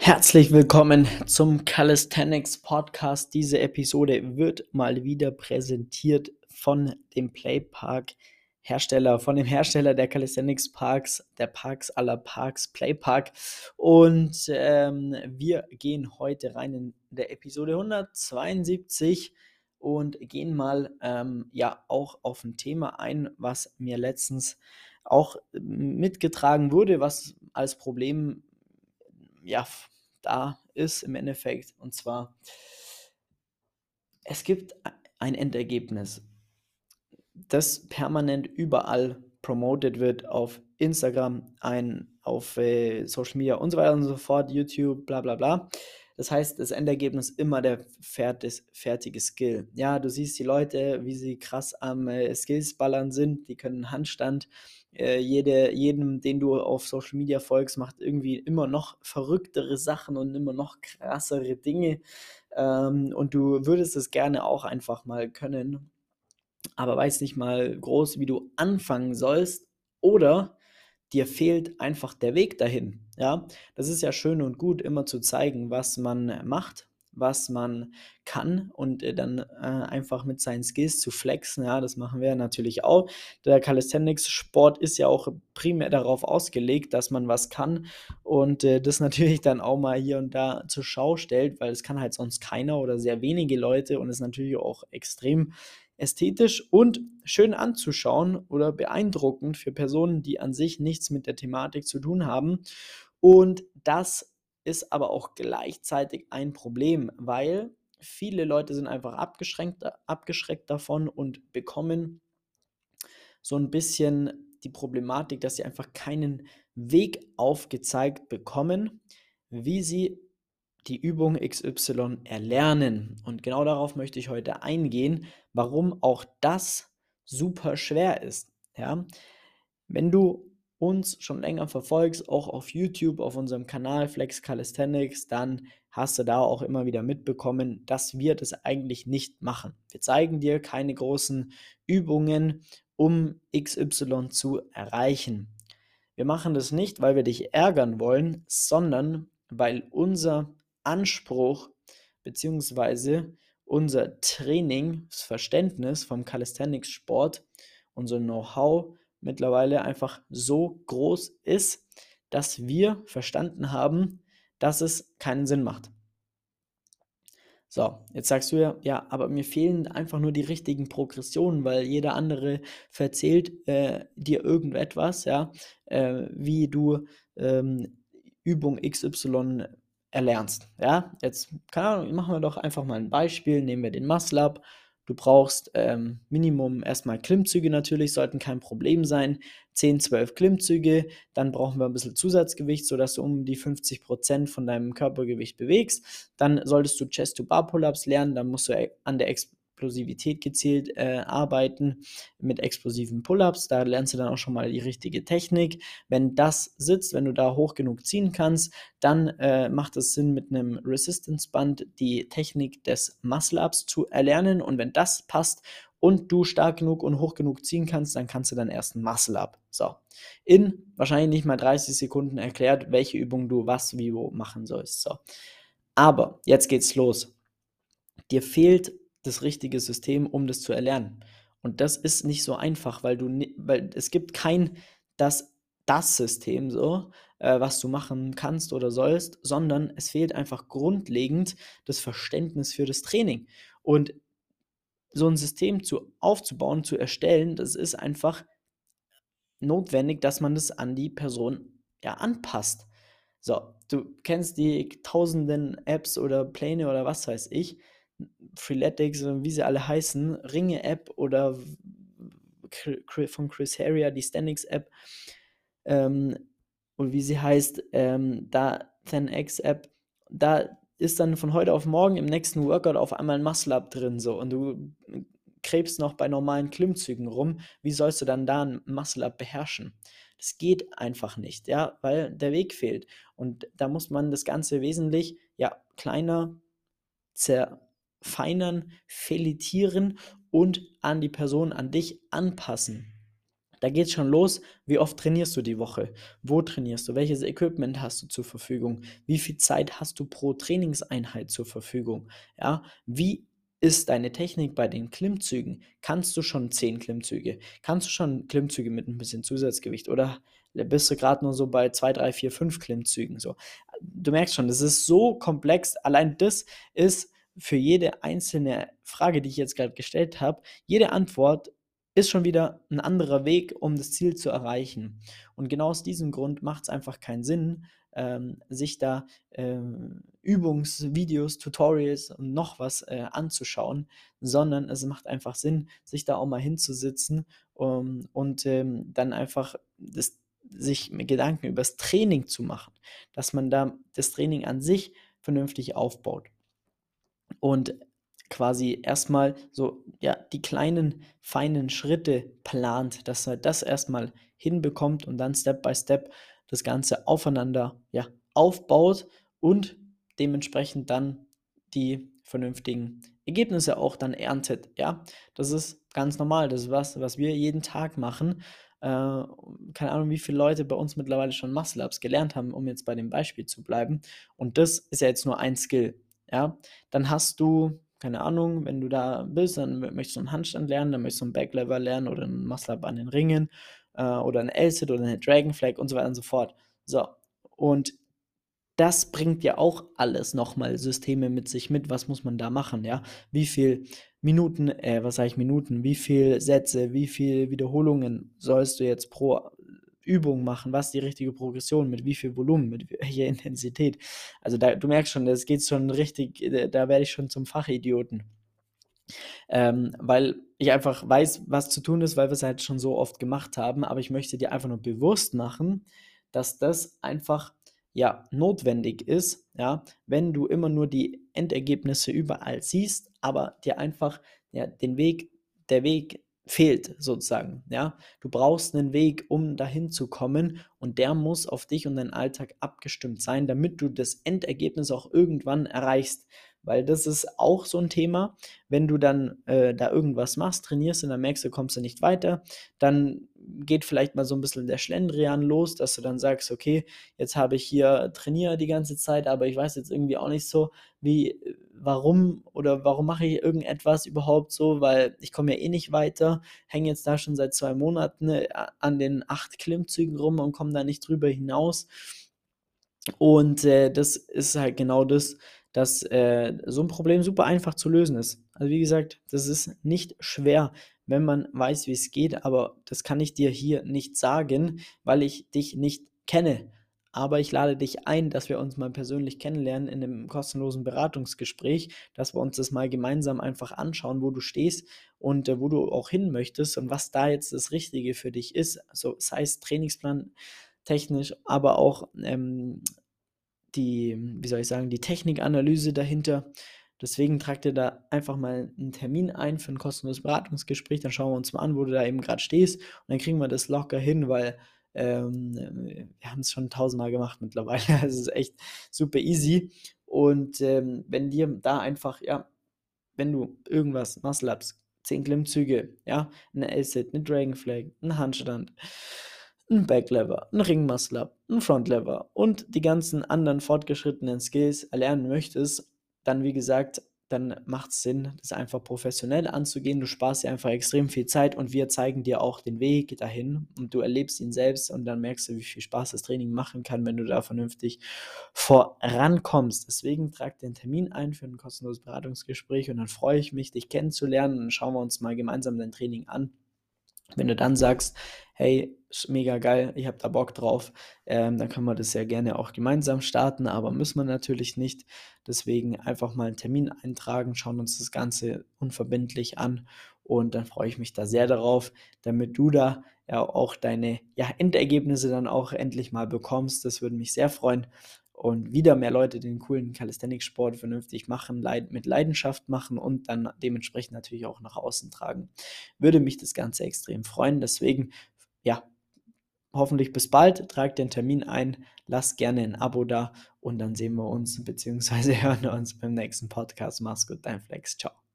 Herzlich willkommen zum Calisthenics Podcast. Diese Episode wird mal wieder präsentiert von dem Playpark Hersteller, von dem Hersteller der Calisthenics Parks, der Parks aller Parks, Playpark. Und wir gehen heute rein in der Episode 172 und gehen mal auch auf ein Thema ein, was mir letztens auch mitgetragen wurde, was als Problem da ist im Endeffekt. Und zwar, es gibt ein Endergebnis, das permanent überall promoted wird auf Instagram, auf Social Media und so weiter und so fort, YouTube, bla bla bla. Das heißt, das Endergebnis immer der fertige Skill. Ja, du siehst die Leute, wie sie krass am Skills ballern sind, die können Handstand. Jedem, den du auf Social Media folgst, macht irgendwie immer noch verrücktere Sachen und immer noch krassere Dinge. Und du würdest es gerne auch einfach mal können, aber weiß nicht mal groß, wie du anfangen sollst, oder dir fehlt einfach der Weg dahin. Ja, das ist ja schön und gut, immer zu zeigen, was man macht, was man kann und dann einfach mit seinen Skills zu flexen. Ja, das machen wir natürlich auch. Der Calisthenics-Sport ist ja auch primär darauf ausgelegt, dass man was kann und das natürlich dann auch mal hier und da zur Schau stellt, weil es kann halt sonst keiner oder sehr wenige Leute und ist natürlich auch extrem ästhetisch und schön anzuschauen oder beeindruckend für Personen, die an sich nichts mit der Thematik zu tun haben. Und das ist aber auch gleichzeitig ein Problem, weil viele Leute sind einfach abgeschreckt davon und bekommen so ein bisschen die Problematik, dass sie einfach keinen Weg aufgezeigt bekommen, wie sie die Übung XY erlernen. Und genau darauf möchte ich heute eingehen, warum auch das super schwer ist. Ja? Wenn du uns schon länger verfolgst, auch auf YouTube, auf unserem Kanal Flex Calisthenics, dann hast du da auch immer wieder mitbekommen, dass wir das eigentlich nicht machen. Wir zeigen dir keine großen Übungen, um XY zu erreichen. Wir machen das nicht, weil wir dich ärgern wollen, sondern weil unser Anspruch bzw. unser Training, das Verständnis vom Calisthenics-Sport, unser Know-how mittlerweile einfach so groß ist, dass wir verstanden haben, dass es keinen Sinn macht. So, jetzt sagst du ja, aber mir fehlen einfach nur die richtigen Progressionen, weil jeder andere verzählt dir irgendetwas, ja, wie du Übung XY erlernst. Ja, jetzt keine Ahnung, machen wir doch einfach mal ein Beispiel. Nehmen wir den Muscle Up. Du brauchst Minimum erstmal Klimmzüge natürlich, sollten kein Problem sein. 10, 12 Klimmzüge, dann brauchen wir ein bisschen Zusatzgewicht, sodass du um die 50% von deinem Körpergewicht bewegst. Dann solltest du Chest-to-Bar-Pull-Ups lernen, dann musst du an der Explosivität gezielt arbeiten mit explosiven Pull-Ups. Da lernst du dann auch schon mal die richtige Technik. Wenn das sitzt, wenn du da hoch genug ziehen kannst, dann macht es Sinn, mit einem Resistance-Band die Technik des Muscle-Ups zu erlernen. Und wenn das passt und du stark genug und hoch genug ziehen kannst, dann kannst du dann erst ein Muscle-Up. So, in wahrscheinlich nicht mal 30 Sekunden erklärt, welche Übung du was, wie, wo machen sollst. So. Aber jetzt geht's los. Dir fehlt das richtige System, um das zu erlernen. Und das ist nicht so einfach, weil es gibt kein das System so, was du machen kannst oder sollst, sondern es fehlt einfach grundlegend das Verständnis für das Training. Und so ein System aufzubauen, zu erstellen, das ist einfach notwendig, dass man das an die Person ja anpasst. So, du kennst die tausenden Apps oder Pläne oder was weiß ich, Freeletics, wie sie alle heißen, Ringe-App oder von Chris Heria, die Standings-App, ähm, und wie sie heißt, da 10x-App, da ist dann von heute auf morgen im nächsten Workout auf einmal ein Muscle-Up drin so und du krebst noch bei normalen Klimmzügen rum. Wie sollst du dann da ein Muscle-Up beherrschen? Das geht einfach nicht, ja, weil der Weg fehlt. Und da muss man das Ganze wesentlich, ja, kleiner zerfeinern, filetieren und an die Person, an dich anpassen. Da geht's schon los. Wie oft trainierst du die Woche? Wo trainierst du? Welches Equipment hast du zur Verfügung? Wie viel Zeit hast du pro Trainingseinheit zur Verfügung? Ja, wie ist deine Technik bei den Klimmzügen? Kannst du schon 10 Klimmzüge? Kannst du schon Klimmzüge mit ein bisschen Zusatzgewicht oder bist du gerade nur so bei 2, 3, 4, 5 Klimmzügen so? Du merkst schon, das ist so komplex. Allein das ist für jede einzelne Frage, die ich jetzt gerade gestellt habe, jede Antwort ist schon wieder ein anderer Weg, um das Ziel zu erreichen. Und genau aus diesem Grund macht es einfach keinen Sinn, sich da, Übungsvideos, Tutorials und noch was, anzuschauen, sondern es macht einfach Sinn, sich da auch mal hinzusitzen, und, dann einfach sich Gedanken übers Training zu machen, dass man da das Training an sich vernünftig aufbaut. Und quasi erstmal so, ja, die kleinen, feinen Schritte plant, dass er das erstmal hinbekommt und dann Step by Step das Ganze aufeinander, ja, aufbaut und dementsprechend dann die vernünftigen Ergebnisse auch dann erntet, ja? Das ist ganz normal. Das ist was wir jeden Tag machen. Keine Ahnung, wie viele Leute bei uns mittlerweile schon Muscle Ups gelernt haben, um jetzt bei dem Beispiel zu bleiben. Und das ist ja jetzt nur ein Skill, ja? Dann hast du, keine Ahnung, wenn du da bist, dann möchtest du einen Handstand lernen, dann möchtest du einen Backlever lernen oder einen Muscle-Up an den Ringen, oder 'n L-Sit oder eine Dragon Flag und so weiter und so fort. So, und das bringt ja auch alles nochmal Systeme mit sich mit. Was muss man da machen, ja? Wie viel Minuten, was sage ich Minuten, wie viel Sätze, wie viel Wiederholungen sollst du jetzt pro Übung machen? Was ist die richtige Progression? Mit wie viel Volumen? Mit welcher Intensität? Also, du merkst schon, das geht schon richtig, da werde ich schon zum Fachidioten, weil ich einfach weiß, was zu tun ist, weil wir es halt schon so oft gemacht haben. Aber ich möchte dir einfach nur bewusst machen, dass das einfach, ja, notwendig ist, ja, wenn du immer nur die Endergebnisse überall siehst, aber dir einfach, ja, der Weg fehlt sozusagen, ja. Du brauchst einen Weg, um dahin zu kommen und der muss auf dich und deinen Alltag abgestimmt sein, damit du das Endergebnis auch irgendwann erreichst. Weil das ist auch so ein Thema, wenn du dann, da irgendwas machst, trainierst und dann merkst du, kommst du nicht weiter, dann geht vielleicht mal so ein bisschen der Schlendrian los, dass du dann sagst: „Okay, jetzt habe ich hier trainiere die ganze Zeit, aber ich weiß jetzt irgendwie auch nicht so, warum oder warum mache ich irgendetwas überhaupt so, weil ich komme ja eh nicht weiter, hänge jetzt da schon seit 2 Monaten, an den 8 Klimmzügen rum und komme da nicht drüber hinaus.“ Und, das ist halt genau das, dass, so 'n Problem super einfach zu lösen ist. Also, wie gesagt, das ist nicht schwer, wenn man weiß, wie es geht, aber das kann ich dir hier nicht sagen, weil ich dich nicht kenne. Aber ich lade dich ein, dass wir uns mal persönlich kennenlernen in 'nem kostenlosen Beratungsgespräch, dass wir uns das mal gemeinsam einfach anschauen, wo du stehst und, wo du auch hin möchtest und was da jetzt das Richtige für dich ist. Also, sei es Trainingsplan technisch, aber auch, wie soll ich sagen, die Technikanalyse dahinter. Deswegen trag dir da einfach mal einen Termin ein für ein kostenloses Beratungsgespräch. Dann schauen wir uns mal an, wo du da eben gerade stehst und dann kriegen wir das locker hin, weil, wir haben es schon tausendmal gemacht mittlerweile. Also, es ist echt super easy und, wenn dir da einfach, ja, wenn du irgendwas Muscle-Ups, 10 Klimmzüge, ja, 'ne L-Sit, 'ne Dragon Flag, 'n Handstand, 'n Backlever, 'n Ring-Muscle-Up, 'n Frontlever und die ganzen anderen fortgeschrittenen Skills erlernen möchtest, dann wie gesagt, dann macht's Sinn, das einfach professionell anzugehen. Du sparst dir einfach extrem viel Zeit und wir zeigen dir auch den Weg dahin und du erlebst ihn selbst und dann merkst du, wie viel Spaß das Training machen kann, wenn du da vernünftig vorankommst. Deswegen trag den Termin ein für ein kostenloses Beratungsgespräch und dann freue ich mich, dich kennenzulernen und dann schauen wir uns mal gemeinsam dein Training an. Wenn du dann sagst: „Hey, ist mega geil, ich habe da Bock drauf“, dann können wir das sehr gerne auch gemeinsam starten, aber müssen wir natürlich nicht. Deswegen einfach mal einen Termin eintragen, schauen uns das Ganze unverbindlich an und dann freue ich mich da sehr darauf, damit du da ja auch deine, ja, Endergebnisse dann auch endlich mal bekommst. Das würde mich sehr freuen und wieder mehr Leute den coolen Calisthenics-Sport vernünftig machen, mit Leidenschaft machen und dann dementsprechend natürlich auch nach außen tragen. Würde mich das Ganze extrem freuen. Deswegen, ja, hoffentlich bis bald. Trag den Termin ein, lass gerne ein Abo da und dann sehen wir uns beziehungsweise hören wir uns beim nächsten Podcast. Mach's gut, dein Flex. Ciao.